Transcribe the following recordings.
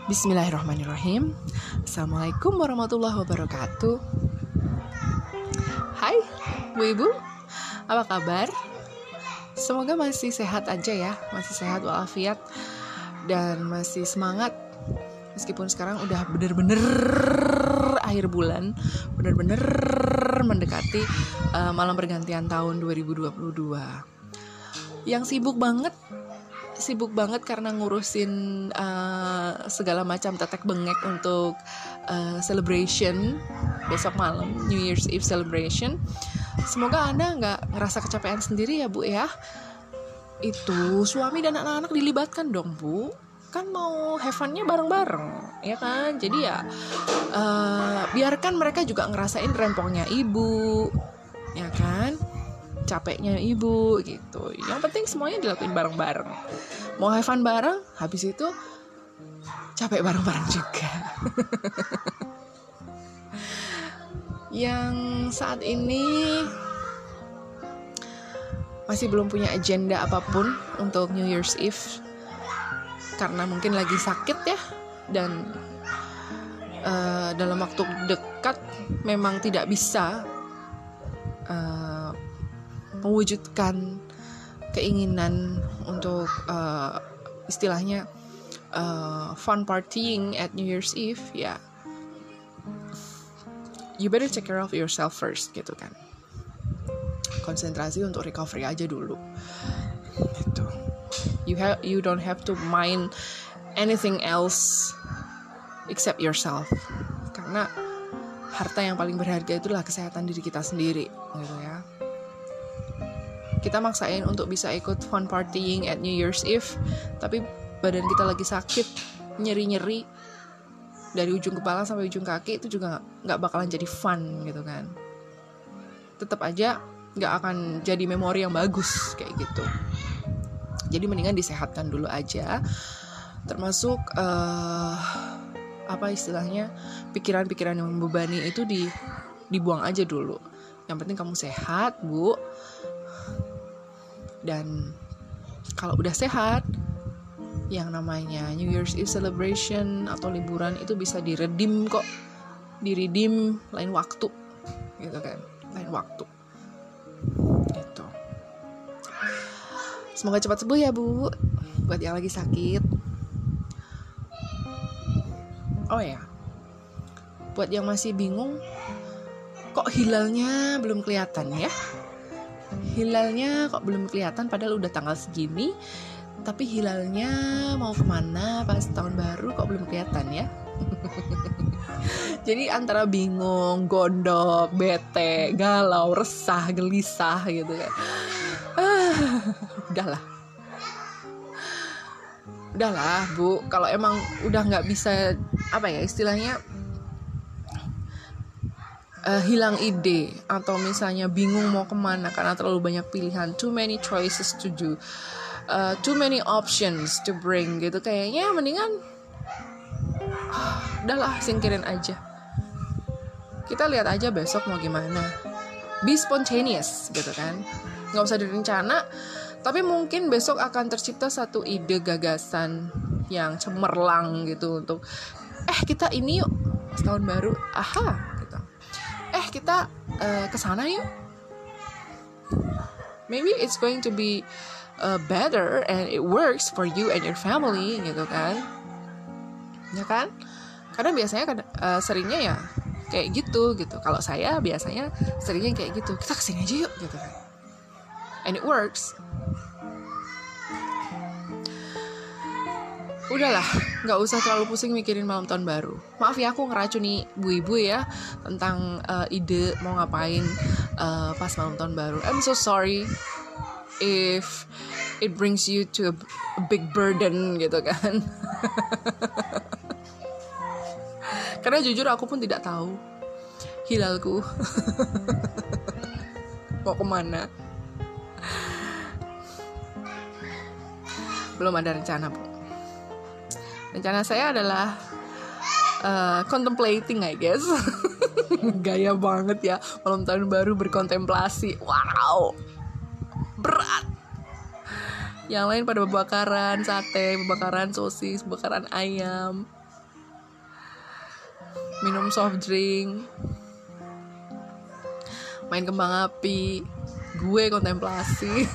Bismillahirrahmanirrahim. Assalamualaikum warahmatullahi wabarakatuh. Hai Bu Ibu, apa kabar? Semoga masih sehat aja ya, masih sehat walafiat dan masih semangat. Meskipun sekarang udah bener-bener akhir bulan, bener-bener mendekati malam pergantian tahun 2022. Yang sibuk banget karena ngurusin segala macam tetek bengek untuk celebration besok malam, New Year's Eve celebration. Semoga Anda nggak ngerasa kecapean sendiri ya Bu ya. Itu suami dan anak-anak dilibatkan dong Bu, kan mau have fun-nya bareng-bareng ya kan. Jadi ya biarkan mereka juga ngerasain rempongnya ibu ya kan, capeknya ibu gitu. Yang penting semuanya dilakuin bareng-bareng. Mau have fun bareng, habis itu capek bareng-bareng juga. Yang saat ini masih belum punya agenda apapun untuk New Year's Eve karena mungkin lagi sakit ya, dan dalam waktu dekat memang tidak bisa mewujudkan keinginan untuk istilahnya fun partying at New Year's Eve ya. You better take care of yourself first gitu kan. Konsentrasi untuk recovery aja dulu gitu. You don't have to mind anything else except yourself, karena harta yang paling berharga itulah kesehatan diri kita sendiri gitu ya. Kita maksain untuk bisa ikut fun partying at New Year's Eve, tapi badan kita lagi sakit, nyeri-nyeri dari ujung kepala sampai ujung kaki, itu juga nggak bakalan jadi fun gitu kan. Tetap aja nggak akan jadi memori yang bagus kayak gitu. Jadi mendingan disehatkan dulu aja, termasuk apa istilahnya, pikiran-pikiran yang membebani itu dibuang aja dulu. Yang penting kamu sehat Bu. Dan kalau udah sehat, yang namanya New Year's Eve celebration atau liburan itu bisa diredeem kok. Diredeem lain waktu gitu kan, lain waktu gitu. Semoga cepat sembuh ya Bu, buat yang lagi sakit. Oh ya, buat yang masih bingung kok hilalnya belum kelihatan ya, hilalnya kok belum kelihatan padahal udah tanggal segini, tapi hilalnya mau kemana pas tahun baru kok belum kelihatan ya. Jadi antara bingung, gondok, bete, galau, resah, gelisah gitu kan. Udahlah Bu, kalau emang udah nggak bisa apa ya istilahnya, hilang ide atau misalnya bingung mau kemana karena terlalu banyak pilihan, too many choices to do, too many options to bring gitu, kayaknya mendingan udahlah singkirin aja. Kita lihat aja besok mau gimana. Be spontaneous gitu kan, nggak usah direncana, tapi mungkin besok akan tercipta satu ide gagasan yang cemerlang gitu untuk kita ini yuk setahun baru, gitu. Kita kesana yuk. Maybe it's going to be better and it works for you and your family gitu kan, ya kan? Karena biasanya seringnya ya kayak gitu. Kalau saya biasanya seringnya kayak gitu, kita kesini aja yuk gitu kan, and it works. Udahlah, nggak usah terlalu pusing mikirin malam tahun baru. Maaf ya aku ngeracuni Bu Ibu ya tentang ide mau ngapain pas malam tahun baru. I'm so sorry if it brings you to a big burden gitu kan. Karena jujur aku pun tidak tahu hilalku mau kemana. Belum ada rencana Bu. Rencana saya adalah contemplating I guess. Gaya banget ya, malam tahun baru berkontemplasi. Wow, berat. Yang lain pada bakaran sate, bakaran sosis, bakaran ayam. minum soft drink, main kembang api, gue kontemplasi.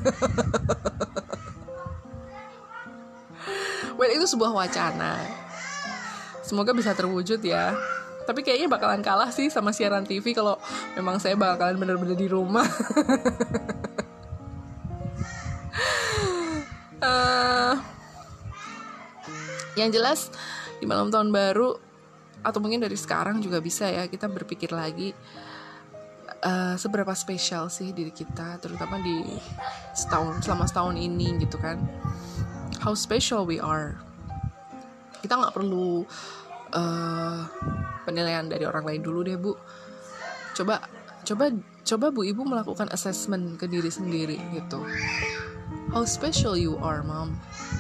Well, itu sebuah wacana. Semoga bisa terwujud ya. Tapi kayaknya bakalan kalah sih sama siaran TV kalau memang saya bakalan bener-bener di rumah. Yang jelas di malam tahun baru atau mungkin dari sekarang juga bisa ya kita berpikir lagi seberapa spesial sih diri kita, terutama di selama setahun ini gitu kan. How special we are. Kita nggak perlu penilaian dari orang lain dulu deh Bu. Coba Bu Ibu melakukan assessment ke diri sendiri gitu. How special you are, Mom.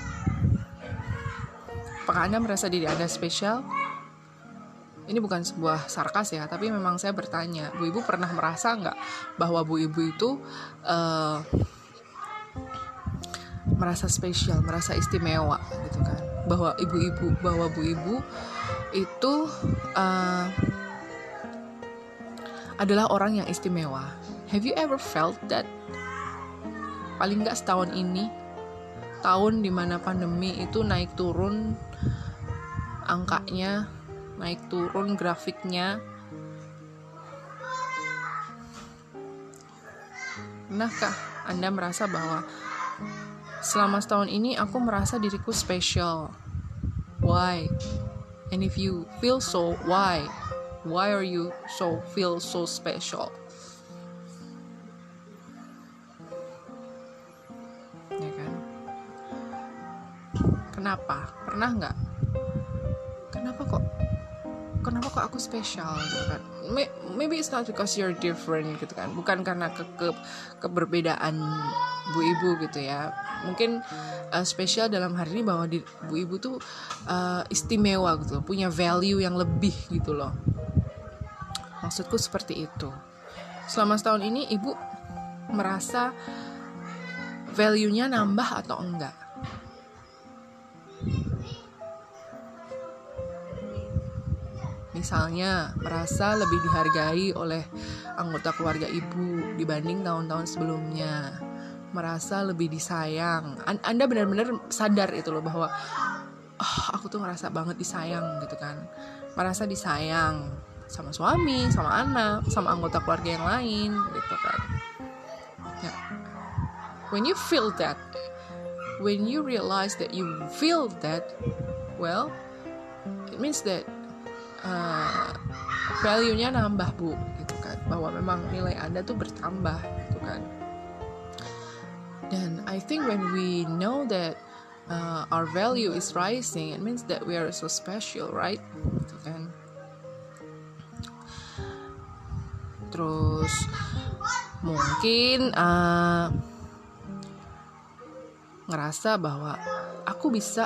Apakah Anda merasa diri Anda spesial? Ini bukan sebuah sarkas ya, tapi memang saya bertanya, Bu Ibu pernah merasa nggak bahwa Bu Ibu itu merasa spesial, merasa istimewa gitu kan? Bahwa Bu Ibu itu adalah orang yang istimewa. Have you ever felt that? Paling nggak setahun ini, tahun dimana pandemi itu naik turun angkanya, naik turun grafiknya. Pernahkah Anda merasa bahwa selama setahun ini aku merasa diriku spesial? Why? And if you feel so, why? Why are you feel so special? Ya kan? Kenapa? Pernah nggak? Kenapa kok aku spesial gitu kan? Maybe it's not because you're different gitu kan. Bukan karena keberbedaan Bu Ibu gitu ya. Mungkin spesial dalam hari ini bahwa Bu Ibu tuh istimewa gitu, punya value yang lebih gitu loh. Maksudku seperti itu. Selama setahun ini Ibu merasa value-nya nambah atau enggak? Misalnya merasa lebih dihargai oleh anggota keluarga Ibu dibanding tahun-tahun sebelumnya, merasa lebih disayang. Anda benar-benar sadar itu loh bahwa aku tuh ngerasa banget disayang gitu kan, merasa disayang sama suami, sama anak, sama anggota keluarga yang lain gitu kan ya. When you feel that, when you realize that you feel that, well, it means that value-nya nambah Bu gitu kan, bahwa memang nilai Anda tuh bertambah gitu kan. Dan I think when we know that our value is rising, it means that we are so special, right? Gitu kan. Terus mungkin ngerasa bahwa aku bisa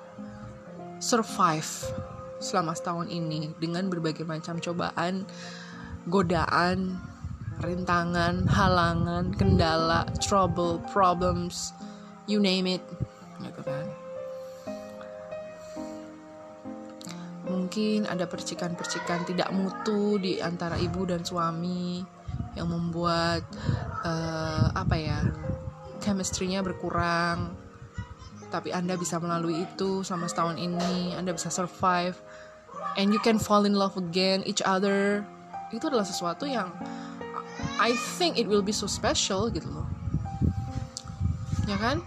survive selama setahun ini dengan berbagai macam cobaan, godaan, rintangan, halangan, kendala, trouble, problems, you name it, gitu kan. Mungkin ada percikan-percikan tidak mutu di antara ibu dan suami yang membuat chemistry-nya berkurang. Tapi Anda bisa melalui itu selama setahun ini. Anda bisa survive, and you can fall in love again each other. Itu adalah sesuatu yang I think it will be so special gitu loh, ya kan?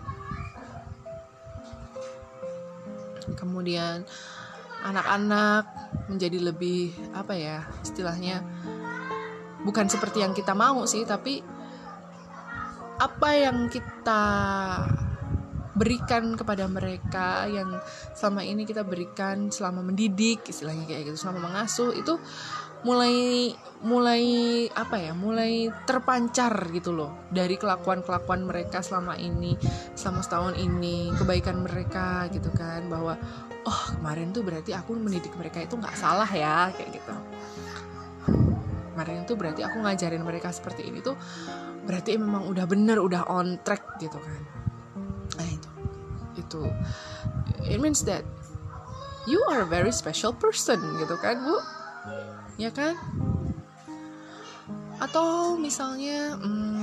Kemudian anak-anak menjadi lebih istilahnya bukan seperti yang kita mau sih, tapi apa yang kita berikan kepada mereka, yang selama ini kita berikan selama mendidik, istilahnya kayak gitu, selama mengasuh, itu mulai terpancar gitu loh dari kelakuan mereka selama ini, selama setahun ini, kebaikan mereka gitu kan, bahwa kemarin tuh berarti aku mendidik mereka itu nggak salah ya, kayak gitu. Kemarin tuh berarti aku ngajarin mereka seperti ini tuh berarti memang udah bener, udah on track gitu kan. Nah itu it means that you are a very special person gitu kan Bu. ya kan? Atau misalnya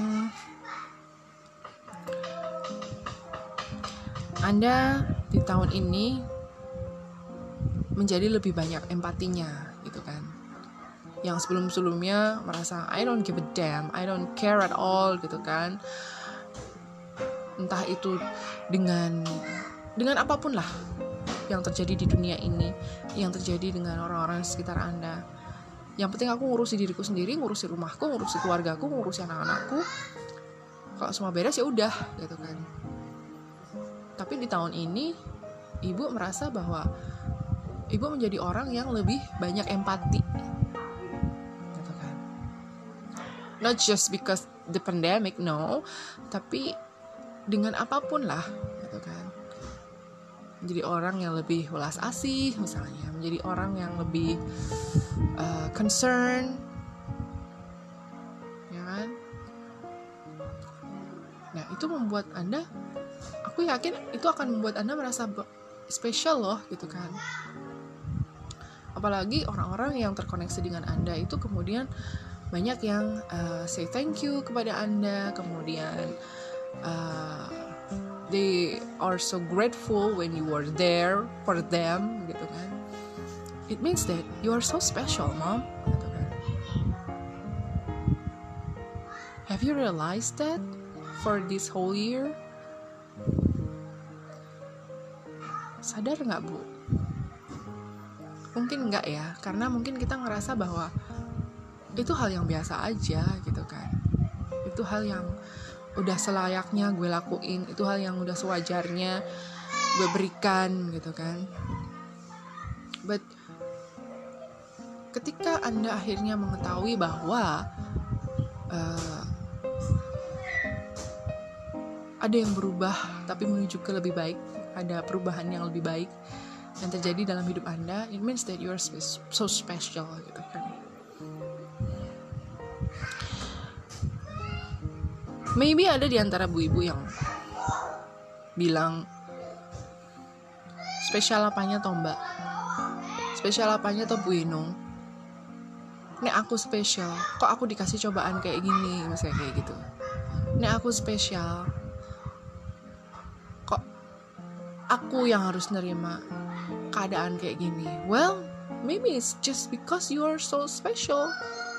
Anda di tahun ini menjadi lebih banyak empatinya gitu kan. Yang sebelum-sebelumnya merasa I don't give a damn, I don't care at all gitu kan. Entah itu dengan apapun lah yang terjadi di dunia ini, yang terjadi dengan orang-orang di sekitar Anda. Yang penting aku ngurusi diriku sendiri, ngurusi rumahku, ngurusi keluargaku, ngurusi anak-anakku. Kalau semua beres ya udah gitu kan. Tapi di tahun ini ibu merasa bahwa ibu menjadi orang yang lebih banyak empati gitu kan. Not just because the pandemic, no, tapi dengan apapun lah gitu kan. Menjadi orang yang lebih welas asih misalnya, menjadi orang yang lebih concern, ya kan. Nah itu membuat Anda, aku yakin itu akan membuat Anda merasa spesial loh gitu kan. Apalagi orang-orang yang terkoneksi dengan Anda itu kemudian banyak yang say thank you kepada Anda, kemudian they are so grateful when you were there for them gitu kan. It means that you are so special, Mom gitu kan. Have you realized that for this whole year? Sadar nggak, Bu? Mungkin nggak ya, karena mungkin kita ngerasa bahwa itu hal yang biasa aja gitu kan. Itu hal yang udah selayaknya gue lakuin, itu hal yang udah sewajarnya gue berikan gitu kan. But ketika Anda akhirnya mengetahui bahwa ada yang berubah tapi menuju ke lebih baik, ada perubahan yang lebih baik yang terjadi dalam hidup Anda, it means that you are so special gitu kan. Maybe ada di antara bu-ibu yang bilang, spesial apanya toh Mbak? Spesial apanya toh Bu Inung? Nek aku spesial, kok aku dikasih cobaan kayak gini, misalnya kayak gitu. Nek aku spesial, kok aku yang harus nerima keadaan kayak gini. Well, maybe it's just because you are so special.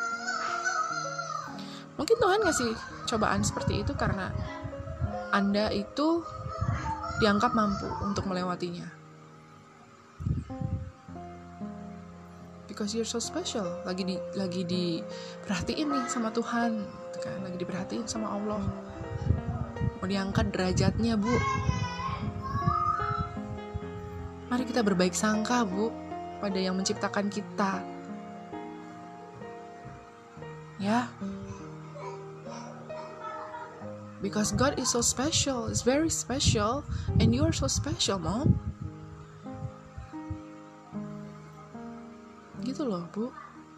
Mungkin Tuhan ngasih cobaan seperti itu karena Anda itu dianggap mampu untuk melewatinya. Because you're so special, lagi diperhatiin nih sama Tuhan, kan? Lagi diperhatiin sama Allah. Mau diangkat derajatnya, Bu. Mari kita berbaik sangka, Bu, pada yang menciptakan kita. Ya. Because God is so special, is very special, and you are so special, Mom. Gitu loh, Bu.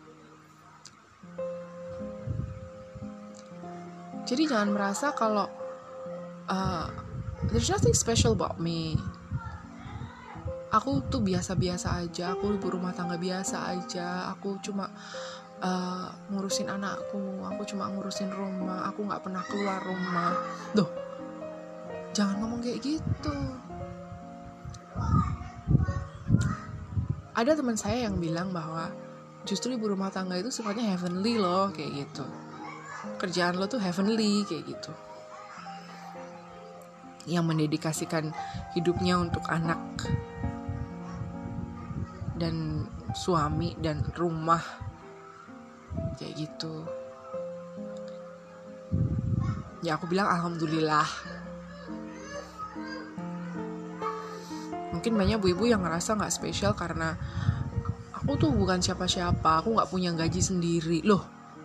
Jadi jangan merasa kalau there's nothing special about me. Aku tuh biasa-biasa aja, aku ibu rumah tangga biasa aja, aku cuma ngurusin anakku, aku cuma ngurusin rumah, aku gak pernah keluar rumah. Duh, jangan ngomong kayak gitu. Ada teman saya yang bilang bahwa justru ibu rumah tangga itu sifatnya heavenly loh, kayak gitu. Kerjaan lo tuh heavenly, kayak gitu. Yang mendedikasikan hidupnya untuk anak dan suami dan rumah, kayak gitu. Ya aku bilang alhamdulillah. Mungkin banyak ibu-ibu yang ngerasa gak spesial karena aku tuh bukan siapa-siapa, aku gak punya gaji sendiri. Loh,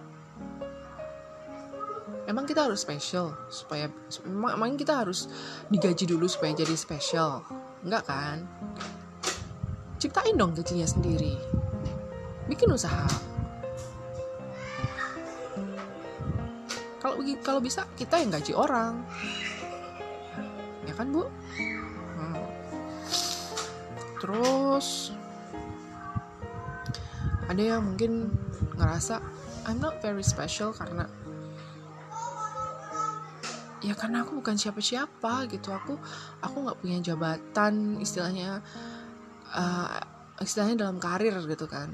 emang kita harus spesial supaya emang kita harus digaji dulu supaya jadi spesial? Enggak kan? Ciptain dong gajinya sendiri, bikin usaha. Kalau bisa kita yang gaji orang, ya kan Bu? Terus Ada yang mungkin ngerasa I'm not very special karena aku bukan siapa-siapa gitu. Aku nggak punya jabatan istilahnya dalam karir gitu kan.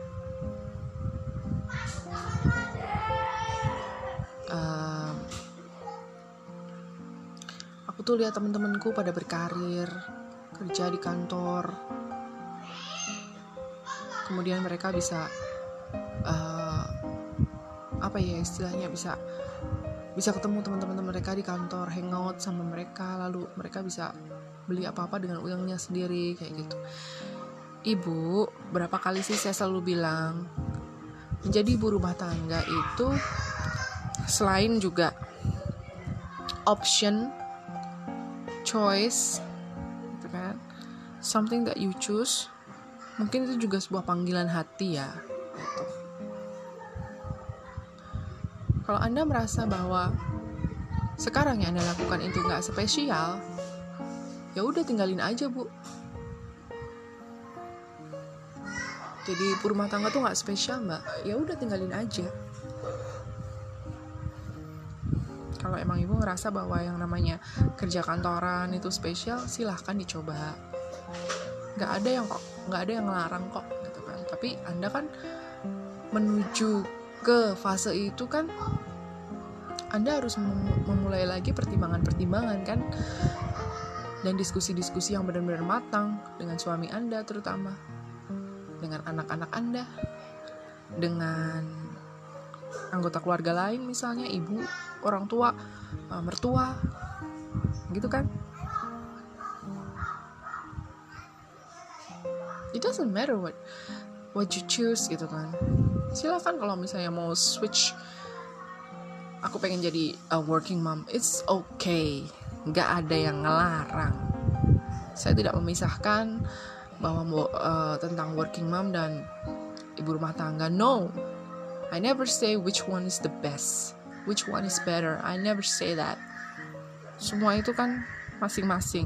Aku tuh lihat teman-temanku pada berkarir, kerja di kantor, kemudian mereka bisa bisa ketemu teman-teman mereka di kantor, hangout sama mereka, lalu mereka bisa beli apa-apa dengan uangnya sendiri kayak gitu. Ibu, berapa kali sih saya selalu bilang, menjadi ibu rumah tangga itu selain juga option, choice, gitu kan, something that you choose, mungkin itu juga sebuah panggilan hati ya gitu. Kalau Anda merasa bahwa sekarang yang Anda lakukan itu nggak spesial, ya udah tinggalin aja, Bu. Jadi ibu rumah tangga tuh nggak spesial, Mbak. Ya udah tinggalin aja. Kalau emang ibu ngerasa bahwa yang namanya kerja kantoran itu spesial, silahkan dicoba. Nggak ada yang ngelarang kok, gitu kan. Tapi Anda kan menuju ke fase itu kan, Anda harus memulai lagi pertimbangan-pertimbangan kan, dan diskusi-diskusi yang benar-benar matang dengan suami Anda terutama, dengan anak-anak Anda, dengan anggota keluarga lain misalnya ibu, orang tua, mertua, gitu kan. It doesn't matter what you choose gitu kan. Silakan kalau misalnya mau switch, aku pengen jadi a working mom, it's okay, nggak ada yang ngelarang. Saya tidak memisahkan bahwa tentang working mom dan ibu rumah tangga. No, I never say which one is the best, which one is better. I never say that. Semua itu kan masing-masing.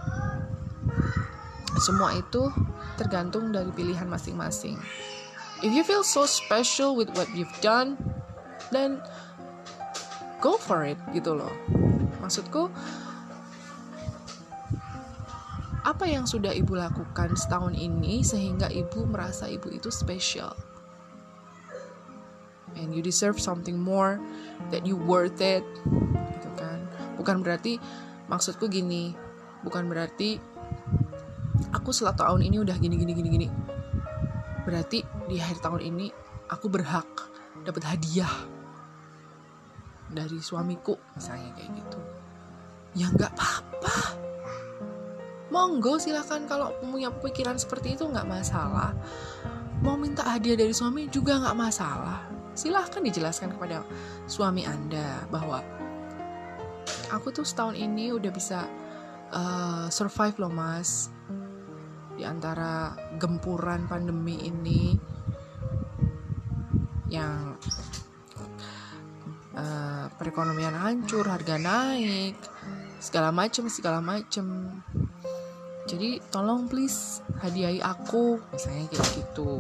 Semua itu tergantung dari pilihan masing-masing. If you feel so special with what you've done, then go for it gitu loh. Maksudku, apa yang sudah ibu lakukan setahun ini sehingga ibu merasa ibu itu special, and you deserve something more, that you worth it gitu kan. Bukan berarti, maksudku gini, bukan berarti aku setelah tahun ini udah gini, berarti di akhir tahun ini aku berhak dapat hadiah dari suamiku misalnya kayak gitu. Ya nggak apa-apa, monggo silakan. Kalau punya pikiran seperti itu nggak masalah. Mau minta hadiah dari suami juga nggak masalah. Silahkan dijelaskan kepada suami Anda bahwa aku tuh setahun ini udah bisa survive loh mas, di antara gempuran pandemi ini yang perekonomian hancur, harga naik, segala macem. Jadi tolong please hadiahi aku misalnya kayak gitu,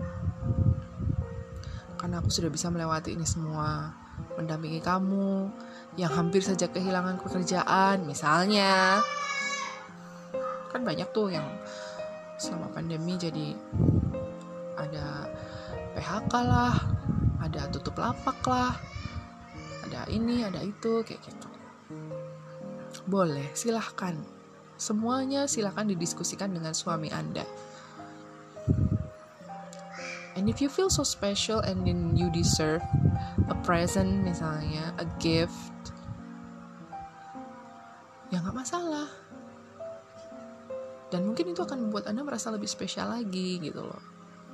karena aku sudah bisa melewati ini semua, mendampingi kamu yang hampir saja kehilangan pekerjaan misalnya. Kan banyak tuh yang selama pandemi jadi ada PHK lah, ada tutup lapak lah, ada ini, ada itu, kayak gitu. Boleh, silahkan. Semuanya silahkan didiskusikan dengan suami Anda. And if you feel so special and then you deserve a present misalnya, a gift, ya gak masalah. Dan mungkin itu akan membuat Anda merasa lebih spesial lagi gitu loh.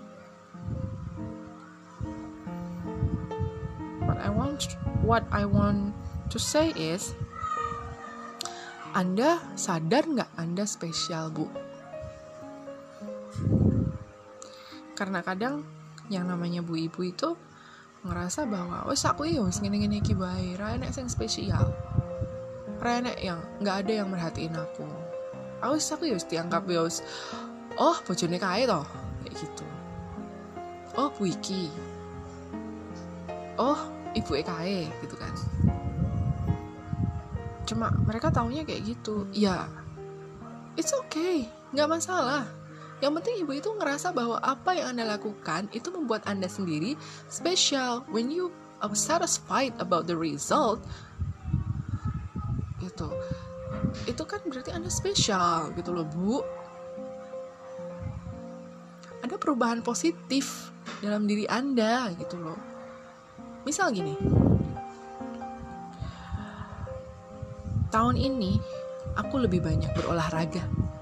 What I want to say is, Anda sadar gak Anda spesial, Bu? Karena kadang yang namanya bu ibu itu ngerasa bahwa wes aku ya wes ngene-ngene iki bae, ra enek sing spesial. Ra enek yang enggak ada yang merhatiin aku. Aku ya wes dianggap ya wes, oh bojone kae toh, kayak gitu. oh Bu Iki, oh Ibu EKE gitu kan. Cuma mereka taunya kayak gitu. Ya, it's okay, nggak masalah. Yang penting ibu itu ngerasa bahwa apa yang Anda lakukan itu membuat Anda sendiri spesial. When you are satisfied about the result, gitu, itu kan berarti Anda spesial gitu loh Bu. Ada perubahan positif dalam diri Anda gitu loh. Misal gini, tahun ini aku lebih banyak berolahraga.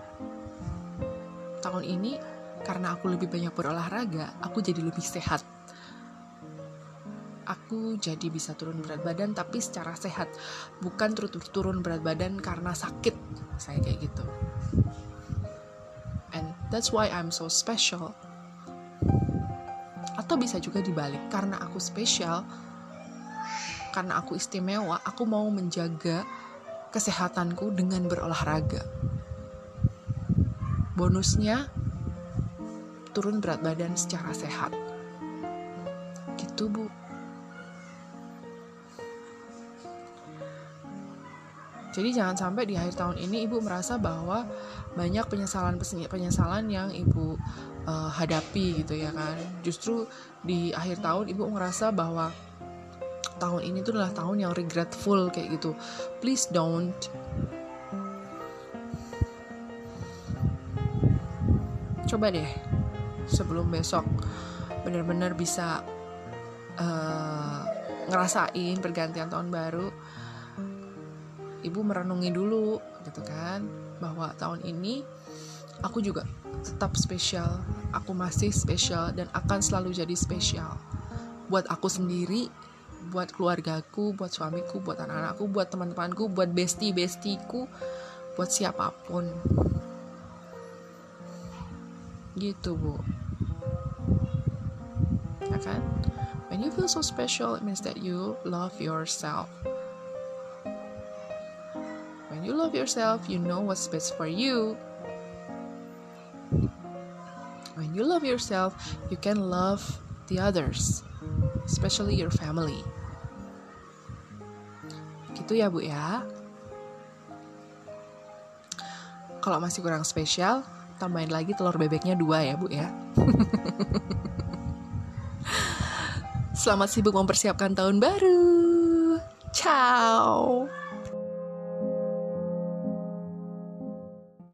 Tahun ini karena aku lebih banyak berolahraga, aku jadi lebih sehat. Aku jadi bisa turun berat badan tapi secara sehat, bukan turun berat badan karena sakit. Saya kayak gitu. And that's why I'm so special. Atau bisa juga dibalik, karena aku spesial, karena aku istimewa, aku mau menjaga kesehatanku dengan berolahraga. Bonusnya turun berat badan secara sehat. Gitu Bu. Jadi jangan sampai di akhir tahun ini ibu merasa bahwa banyak penyesalan yang ibu hadapi gitu ya kan. Justru di akhir tahun ibu ngerasa bahwa tahun ini tuh adalah tahun yang regretful kayak gitu. Please don't. Coba deh sebelum besok benar-benar bisa ngerasain pergantian tahun baru, ibu merenungi dulu gitu kan, bahwa tahun ini aku juga tetap spesial, aku masih spesial dan akan selalu jadi spesial buat aku sendiri, buat keluargaku, buat suamiku, buat anak-anakku, buat teman-temanku, buat bestie-bestieku, buat siapapun. Gitu Bu. Ya kan? When you feel so special, it means that you love yourself. When you love yourself, you know what's best for you. When you love yourself, you can love the others, especially your family. Gitu ya Bu ya. Kalau masih kurang spesial, tambahin lagi telur bebeknya 2 ya Bu ya. Selamat sibuk mempersiapkan tahun baru. Ciao.